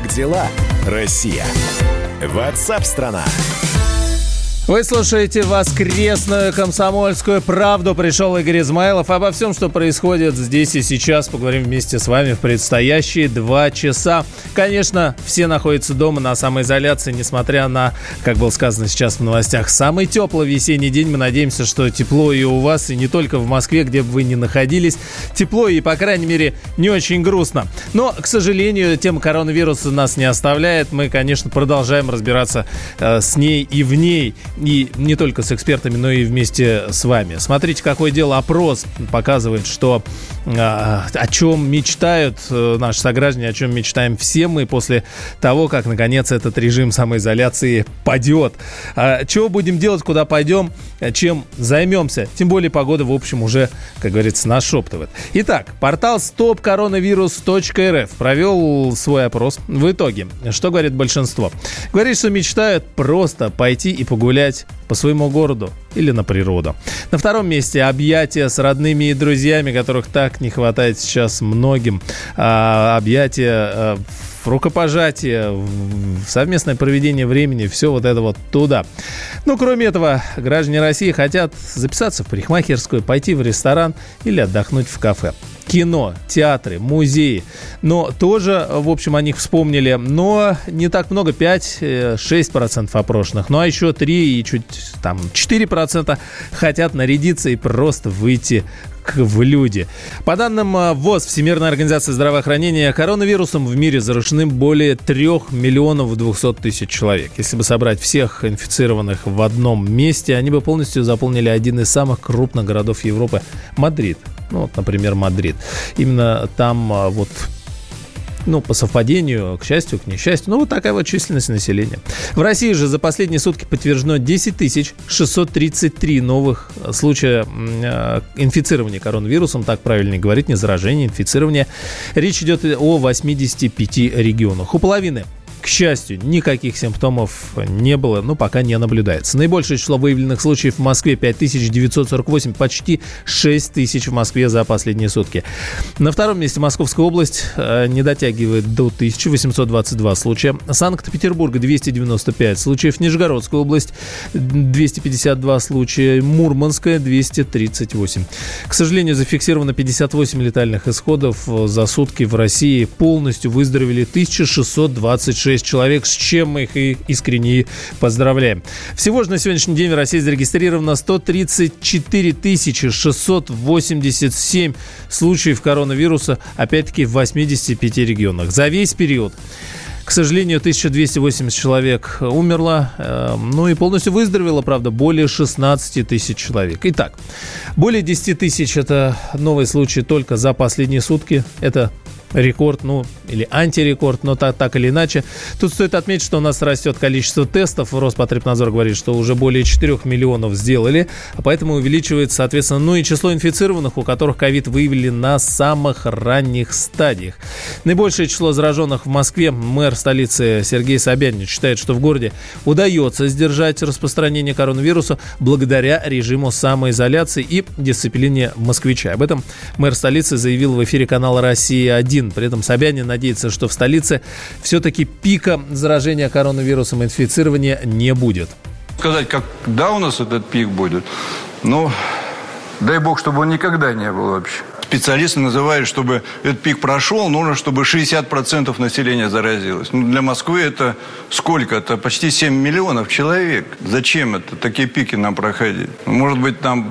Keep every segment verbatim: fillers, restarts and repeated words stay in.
Как дела, Россия? WhatsApp-страна. Вы слушаете «Воскресную комсомольскую правду». Пришел Игорь Измайлов. Обо всем, что происходит здесь и сейчас, поговорим вместе с вами в предстоящие два часа. Конечно, все находятся дома на самоизоляции, несмотря на, как было сказано сейчас в новостях, самый теплый весенний день. Мы надеемся, что тепло и у вас, и не только в Москве, где бы вы ни находились. Тепло и, по крайней мере, не очень грустно. Но, к сожалению, тема коронавируса нас не оставляет. Мы, конечно, продолжаем разбираться э, с ней и в ней. И не только с экспертами, но и вместе с вами. Смотрите, какое дело. Опрос показывает, что э, о чем мечтают э, наши сограждане, о чем мечтаем все мы после того, как, наконец, этот режим самоизоляции падет. А чего будем делать, куда пойдем, чем займемся? Тем более погода, в общем, уже, как говорится, нашептывает. Итак, портал стоп коронавирус точка эр эф провел свой опрос. В итоге, что говорит большинство? Говорит, что мечтают просто пойти и погулять по своему городу или на природу. На втором месте объятия с родными и друзьями, которых так не хватает сейчас многим. А, объятия, а, рукопожатие, совместное проведение времени, все вот это вот туда. Ну, кроме этого, граждане России хотят записаться в парикмахерскую, пойти в ресторан или отдохнуть в кафе. Кино, театры, музеи. Но тоже, в общем, о них вспомнили. Но не так много, пять-шесть процентов опрошенных. Ну, а еще три и чуть там четыре процента хотят нарядиться и просто выйти в люди. По данным ВОЗ, Всемирной организации здравоохранения, коронавирусом в мире заражены более трех миллионов двухсот тысяч человек. Если бы собрать всех инфицированных в одном месте, они бы полностью заполнили один из самых крупных городов Европы – Мадрид. Ну, вот, например, Мадрид. Именно там вот, ну, по совпадению, к счастью, к несчастью, ну, вот такая вот численность населения. В России же за последние сутки подтверждено десять тысяч шестьсот тридцать три новых случая э, инфицирования коронавирусом, так правильно говорить, не заражения, инфицирования. Речь идет о восьмидесяти пяти регионах. У половины, к счастью, никаких симптомов не было, но пока не наблюдается. Наибольшее число выявленных случаев в Москве пять тысяч девятьсот сорок восемь, почти шесть тысяч в Москве за последние сутки. На втором месте Московская область э, не дотягивает до тысячи восемьсот двадцать два случая. Санкт-Петербург двести девяносто пять случаев, Нижегородская область двести пятьдесят два случая, Мурманская двести тридцать восемь. К сожалению, зафиксировано пятьдесят восемь летальных исходов за сутки в России. Полностью выздоровели тысяча шестьсот двадцать шесть человек, с чем мы их и искренне поздравляем. Всего же на сегодняшний день в России зарегистрировано сто тридцать четыре тысячи шестьсот восемьдесят семь случаев коронавируса, опять-таки в восьмидесяти пяти регионах. За весь период, к сожалению, тысяча двести восемьдесят человек умерло, э, ну и полностью выздоровело, правда, более шестнадцати тысяч человек. Итак, более десяти тысяч – это новые случаи только за последние сутки. Это рекорд, ну, или антирекорд, но так, так или иначе. Тут стоит отметить, что у нас растет количество тестов. Роспотребнадзор говорит, что уже более четырех миллионов сделали, а поэтому увеличивается, соответственно, ну и число инфицированных, у которых ковид выявили на самых ранних стадиях. Наибольшее число зараженных в Москве. Мэр столицы Сергей Собянин считает, что в городе удается сдержать распространение коронавируса благодаря режиму самоизоляции и дисциплине москвича. Об этом мэр столицы заявил в эфире канала «Россия-один». При этом Собянин надеется, что в столице все-таки пика заражения коронавирусом, инфицирования не будет. Сказать, когда у нас этот пик будет, ну, дай бог, чтобы он никогда не был вообще. Специалисты называют, чтобы этот пик прошел, нужно, чтобы шестьдесят процентов населения заразилось. Ну, для Москвы это сколько? Это почти семь миллионов человек. Зачем это? Такие пики нам проходить? Может быть, нам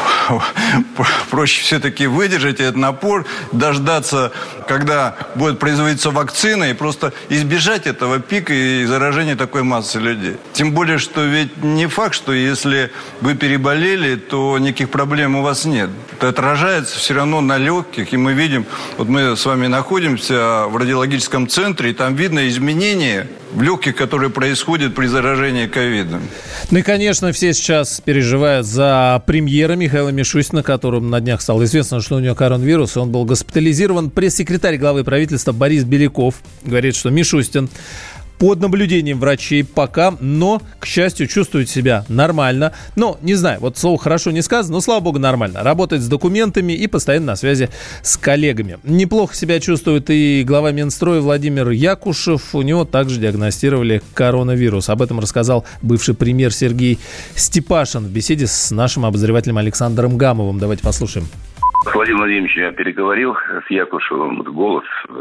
проще все-таки выдержать этот напор, дождаться, когда будет производиться вакцина, и просто избежать этого пика и заражения такой массы людей. Тем более, что ведь не факт, что если вы переболели, то никаких проблем у вас нет. Это отражается все равно на легких, и мы видим, вот мы с вами находимся в радиологическом центре, и там видно изменения в легких, которые происходят при заражении ковидом. Ну и, конечно, все сейчас переживают за премьера Михаила Мишустина, которому на днях стало известно, что у него коронавирус, и он был госпитализирован. Пресс-секретарь главы правительства Борис Беляков говорит, что Мишустин под наблюдением врачей пока, но, к счастью, чувствует себя нормально. Но, не знаю, вот слово «хорошо» не сказано, но, слава богу, нормально. Работает с документами и постоянно на связи с коллегами. Неплохо себя чувствует и глава Минстроя Владимир Якушев. У него также диагностировали коронавирус. Об этом рассказал бывший премьер Сергей Степашин в беседе с нашим обозревателем Александром Гамовым. Давайте послушаем. С Владимиром Владимировичем я переговорил, с Якушевым, голос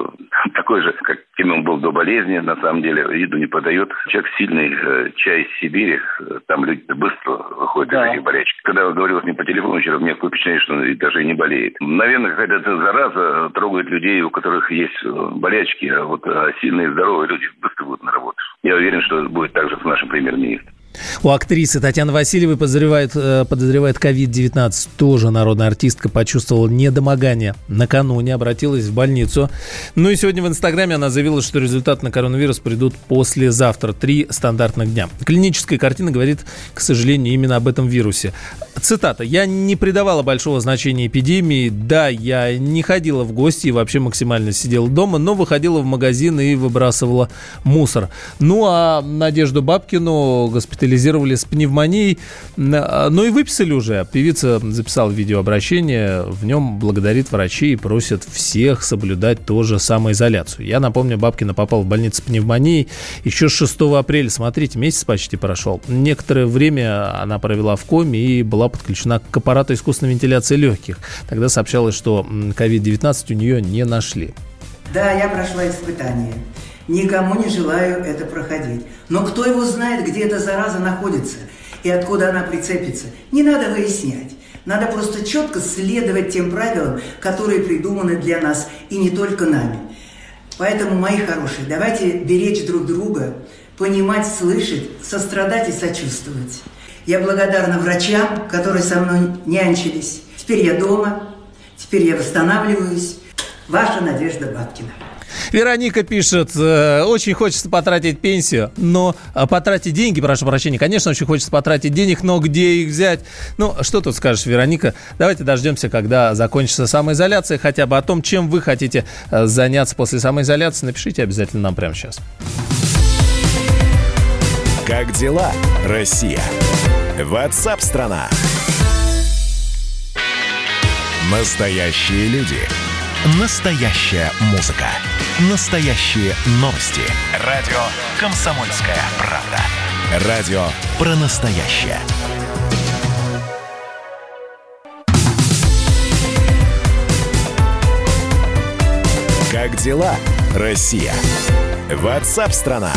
такой же, каким он был до болезни, на самом деле, виду не подает. Человек сильный, чай из Сибири, там люди быстро выходят да. из этих болячек. Когда я говорил с ним по телефону вчера, у меня такое впечатление, что он даже и не болеет. Наверное, какая-то зараза трогает людей, у которых есть болячки, а вот сильные, здоровые люди быстро будут на работу. Я уверен, что будет так же с нашим премьер-министром. У актрисы Татьяны Васильевой подозревает, подозревает ковид девятнадцать. Тоже народная артистка почувствовала недомогание. Накануне обратилась в больницу. Ну и сегодня в Инстаграме она заявила, что результаты на коронавирус придут послезавтра. Три стандартных дня. Клиническая картина говорит, к сожалению, именно об этом вирусе. Цитата. «Я не придавала большого значения эпидемии. Да, я не ходила в гости и вообще максимально сидела дома, но выходила в магазин и выбрасывала мусор». Ну а Надежду Бабкину госпитализировали с пневмонией, но и выписали уже. Певица записала видеообращение, в нем благодарит врачей и просит всех соблюдать тоже самоизоляцию. Я напомню, Бабкина попала в больницу с пневмонией еще с шестого апреля. Смотрите, месяц почти прошел. Некоторое время она провела в коме и была подключена к аппарату искусственной вентиляции легких. Тогда сообщалось, что ковид девятнадцать у нее не нашли. Да, я прошла испытание. Никому не желаю это проходить. Но кто его знает, где эта зараза находится и откуда она прицепится? Не надо выяснять. Надо просто четко следовать тем правилам, которые придуманы для нас и не только нами. Поэтому, мои хорошие, давайте беречь друг друга, понимать, слышать, сострадать и сочувствовать. Я благодарна врачам, которые со мной нянчились. Теперь я дома, теперь я восстанавливаюсь. Ваша Надежда Бабкина. Вероника пишет, очень хочется потратить пенсию, но потратить деньги, прошу прощения, конечно, очень хочется потратить денег, но где их взять? Ну, что тут скажешь, Вероника? Давайте дождемся, когда закончится самоизоляция, хотя бы о том, чем вы хотите заняться после самоизоляции, напишите обязательно нам прямо сейчас. Как дела, Россия? WhatsApp-страна. Настоящие люди. Настоящая музыка. Настоящие новости. Радио «Комсомольская правда». Радио про настоящее. Как дела, Россия? WhatsApp-страна.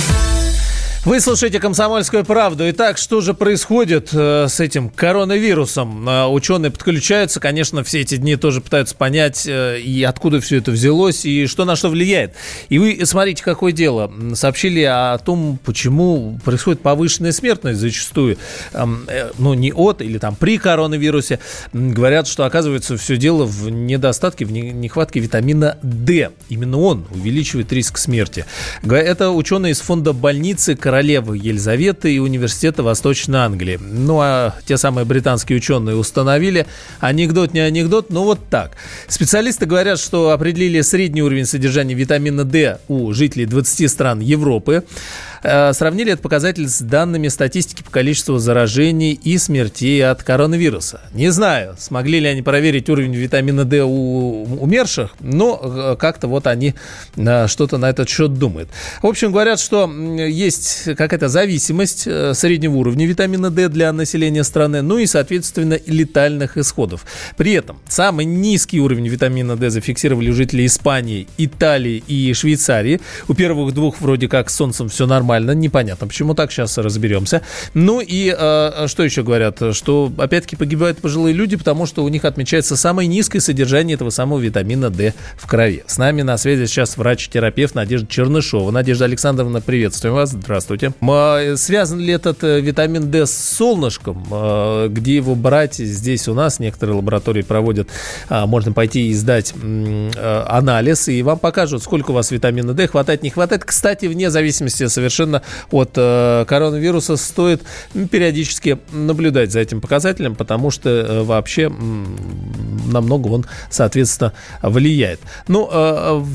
Вы слушаете «Комсомольскую правду». Итак, что же происходит э, с этим коронавирусом? Э, ученые подключаются, конечно, все эти дни тоже пытаются понять, э, и откуда все это взялось, и что на что влияет. И вы смотрите, какое дело. Сообщили о том, почему происходит повышенная смертность зачастую. Э, э, ну, не от или там при коронавирусе. Говорят, что, оказывается, все дело в недостатке, в нехватке витамина D. Именно он увеличивает риск смерти. Это ученые из фонда больницы королевы Елизаветы и университета Восточной Англии. Ну, а те самые британские ученые установили, анекдот не анекдот, но вот так. Специалисты говорят, что определили средний уровень содержания витамина D у жителей двадцати стран Европы. Сравнили этот показатель с данными статистики по количеству заражений и смертей от коронавируса. Не знаю, смогли ли они проверить уровень витамина D у умерших, но как-то вот они что-то на этот счет думают. В общем, говорят, что есть какая-то зависимость среднего уровня витамина D для населения страны, ну и, соответственно, летальных исходов. При этом самый низкий уровень витамина D зафиксировали у жителей Испании, Италии и Швейцарии. У первых двух вроде как с солнцем все нормально. Непонятно, почему так, сейчас разберемся. Ну и э, что еще говорят? Что опять-таки погибают пожилые люди, потому что у них отмечается самое низкое содержание этого самого витамина D в крови. С нами на связи сейчас врач-терапевт Надежда Чернышова. Надежда Александровна, приветствуем вас. Здравствуйте. Связан ли этот витамин D с солнышком? Где его брать? Здесь у нас некоторые лаборатории проводят. Можно пойти и сдать анализ, и вам покажут, сколько у вас витамина D хватает, не хватает. Кстати, вне зависимости совершенно от э, коронавируса стоит периодически наблюдать за этим показателем, потому что э, вообще м- намного он, соответственно, влияет. Ну, э,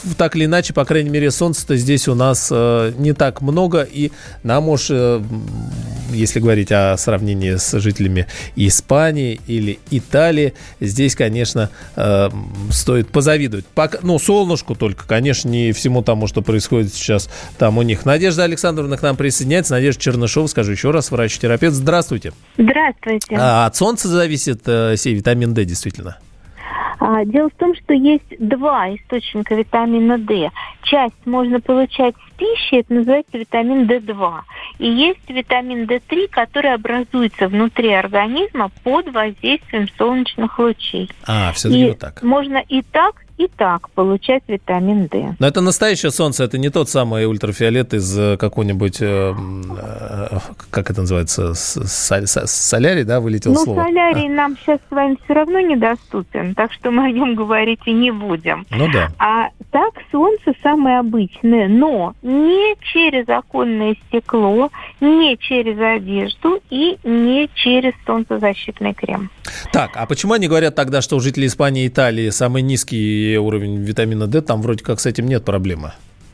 так или иначе, по крайней мере, солнца-то здесь у нас э, не так много, и нам уж, э, если говорить о сравнении с жителями Испании или Италии, здесь, конечно, э, стоит позавидовать. Пока, ну, солнышку только, конечно, не всему тому, что происходит сейчас там у них. Надежда Александровна к нам присоединяется. Надежда Чернышова, скажу еще раз, врач-терапевт. Здравствуйте. Здравствуйте. А от солнца зависит э, сей витамин D, действительно? Дело в том, что есть два источника витамина D. Часть можно получать с пищи, это называется витамин дэ два. И есть витамин дэ три, который образуется внутри организма под воздействием солнечных лучей. А, все-таки вот так. Можно и так, и так получать витамин D. Но это настоящее солнце, это не тот самый ультрафиолет из какого-нибудь, э, э, как это называется, соль, солярий, да, вылетел ну, слово? Ну, солярий а. нам сейчас с вами все равно недоступен, так что мы о нем говорить и не будем. Ну да. А так солнце самое обычное, но не через оконное стекло, не через одежду и не через солнцезащитный крем. Так, а почему они говорят тогда, что у жителей Испании и Италии самый низкий уровень витамина D, там вроде как с этим нет проблемы?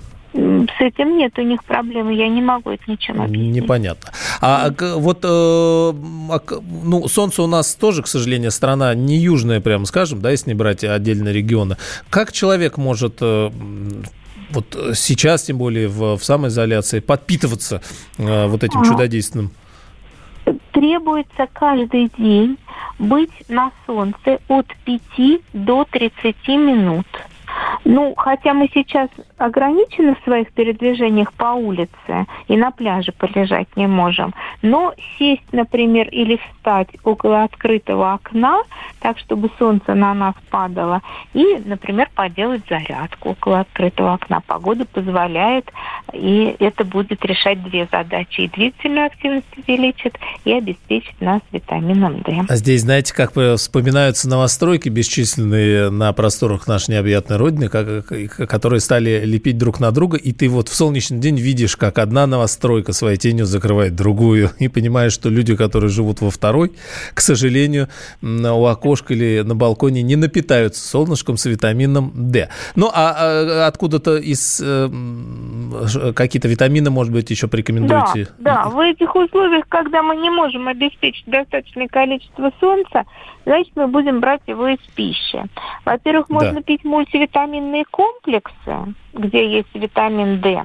С этим нет у них проблемы, я не могу это ничем объяснить. Непонятно. А mm. вот, э, ну, солнце у нас тоже, к сожалению, страна не южная, прямо скажем, да, если не брать отдельные регионы. Как человек может... Э, вот сейчас, тем более в, в самоизоляции, подпитываться э, вот этим а. чудодейственным? Требуется каждый день быть на солнце от пяти до тридцати минут. Ну, хотя мы сейчас ограничены в своих передвижениях по улице и на пляже полежать не можем, но сесть, например, или встать около открытого окна, так, чтобы солнце на нас падало, и, например, поделать зарядку около открытого окна. Погода позволяет, и это будет решать две задачи. И длительную активность увеличит, и обеспечит нас витамином D. А здесь, знаете, как вспоминаются новостройки бесчисленные на просторах нашей необъятной родины, которые стали лепить друг на друга, и ты вот в солнечный день видишь, как одна новостройка своей тенью закрывает другую, и понимаешь, что люди, которые живут во второй, к сожалению, у окошка или на балконе не напитаются солнышком с витамином D. Ну, а, а откуда-то из э, какие-то витамины, может быть, еще порекомендуете? Да, да, в этих условиях, когда мы не можем обеспечить достаточное количество солнца, значит, мы будем брать его из пищи. Во-первых, можно да. пить мультивитаминные комплексы, где есть витамин D.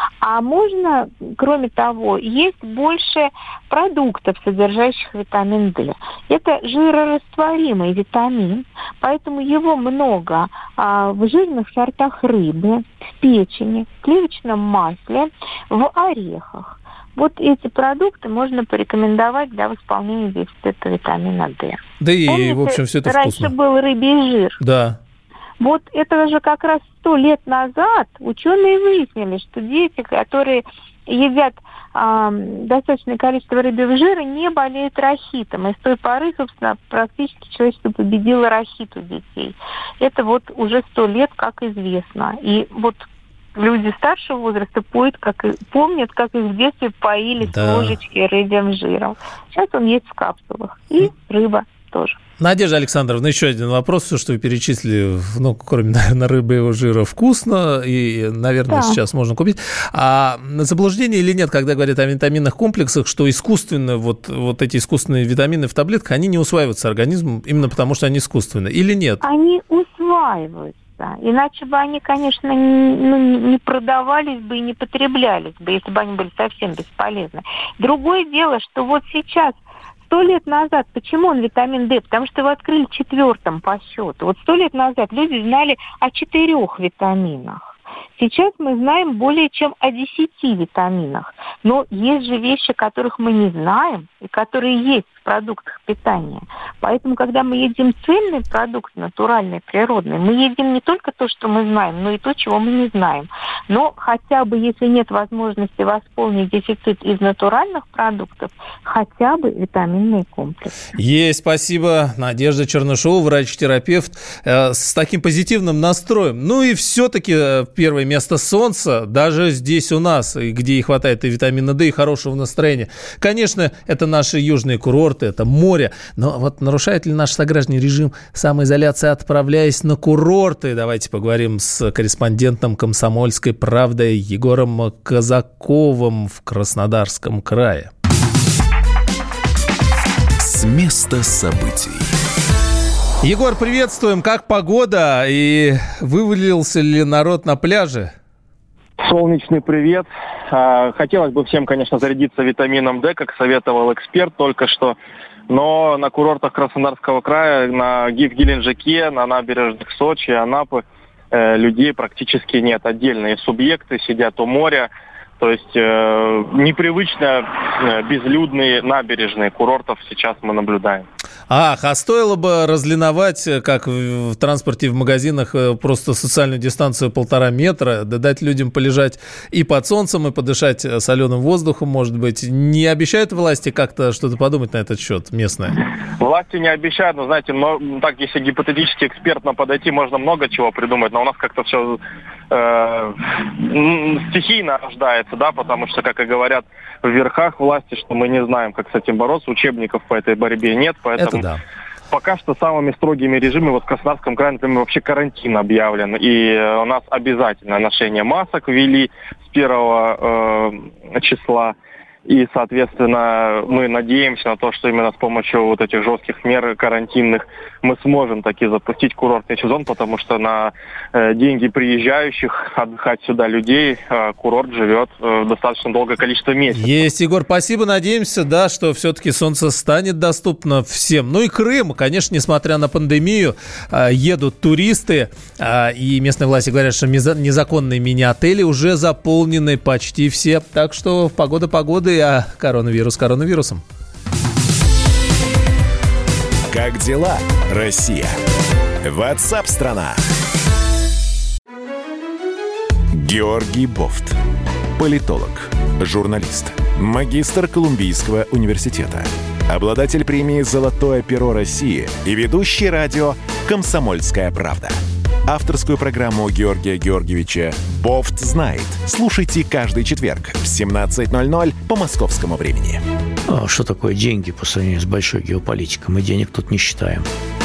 А можно, кроме того, есть больше продуктов, содержащих витамин D. Это жирорастворимый витамин, поэтому его много а, в жирных сортах рыбы, в печени, в сливочном масле, в орехах. Вот эти продукты можно порекомендовать для восполнения дефицита витамина D. Да и, Помните, в общем, все это раньше вкусно. Раньше был рыбий жир. Да. Вот это же как раз сто лет назад ученые выяснили, что дети, которые едят э, достаточное количество рыбьего жира, не болеют рахитом. И с той поры, собственно, практически человечество победило рахит у детей. Это вот уже сто лет, как известно. И вот люди старшего возраста поют, как, помнят, как их в детстве поили да. с ложечки рыбьим жиром. Сейчас он есть в капсулах. И рыба тоже. Надежда Александровна, еще один вопрос. Все, что вы перечислили, ну, кроме, наверное, рыбьего жира, вкусно и, наверное, да. сейчас можно купить. А заблуждение или нет, когда говорят о витаминных комплексах, что искусственно, вот, вот эти искусственные витамины в таблетках, они не усваиваются организмом именно потому, что они искусственные, или нет? Они усваиваются. Иначе бы они, конечно, не, ну, не продавались бы и не потреблялись бы, если бы они были совсем бесполезны. Другое дело, что вот сейчас, сто лет назад, почему он витамин D? Потому что его открыли четвертым по счету. Вот сто лет назад люди знали о четырех витаминах. Сейчас мы знаем более чем о десяти витаминах. Но есть же вещи, которых мы не знаем и которые есть в продуктах питания. Поэтому, когда мы едим цельные продукты, натуральные, природные, мы едим не только то, что мы знаем, но и то, чего мы не знаем. Но хотя бы, если нет возможности восполнить дефицит из натуральных продуктов, хотя бы витаминный комплекс. Есть, спасибо. Надежда Чернышова, врач-терапевт, э, с таким позитивным настроем. Ну и все-таки э, первое место солнца, даже здесь у нас, где и хватает и витамина D, и хорошего настроения. Конечно, это наши южные курорты, курорты, это море. Но вот нарушает ли наши сограждане режим самоизоляции, отправляясь на курорты? Давайте поговорим с корреспондентом «Комсомольской правды» Егором Казаковым в Краснодарском крае. С места событий. Егор, приветствуем. Как погода? И вывалился ли народ на пляже? Солнечный привет. Хотелось бы всем, конечно, зарядиться витамином D, как советовал эксперт только что. Но на курортах Краснодарского края, на Геленджике, на набережных Сочи, Анапы людей практически нет. Отдельные субъекты сидят у моря. То есть э, непривычно э, безлюдные набережные курортов сейчас мы наблюдаем. Ах, а стоило бы разлиновать, как в, в транспорте и в магазинах, просто социальную дистанцию полтора метра, да дать людям полежать и под солнцем, и подышать соленым воздухом, может быть. Не обещают власти как-то что-то подумать на этот счет местное? Власти не обещают, но, знаете, но, так, если гипотетически экспертно подойти, можно много чего придумать, но у нас как-то все э, стихийно рождается, да, потому что, как и говорят в верхах власти, что мы не знаем, как с этим бороться, учебников по этой борьбе нет, поэтому да. Пока что самыми строгими режимами, вот в Краснодарском крае, например, вообще карантин объявлен, и у нас обязательное ношение масок ввели с первого э, числа. И, соответственно, мы надеемся на то, что именно с помощью вот этих жестких мер карантинных мы сможем таки запустить курортный сезон, потому что на э, деньги приезжающих отдыхать сюда людей э, курорт живет э, достаточно долгое количество месяцев. Есть, Егор, спасибо. Надеемся, да, что все-таки солнце станет доступно всем. Ну и Крым, конечно, несмотря на пандемию, э, едут туристы, э, и местные власти говорят, что незаконные мини-отели уже заполнены почти все. Так что погода погода, а коронавирус коронавирусом. Как дела, Россия? Ватсап-страна! Георгий Бофт. Политолог, журналист, магистр Колумбийского университета, обладатель премии «Золотое перо России» и ведущий радио «Комсомольская правда». Авторскую программу Георгия Георгиевича «Бофт знает». Слушайте каждый четверг в семнадцать ноль ноль по московскому времени. Что такое деньги по сравнению с большой геополитикой? Мы денег тут не считаем.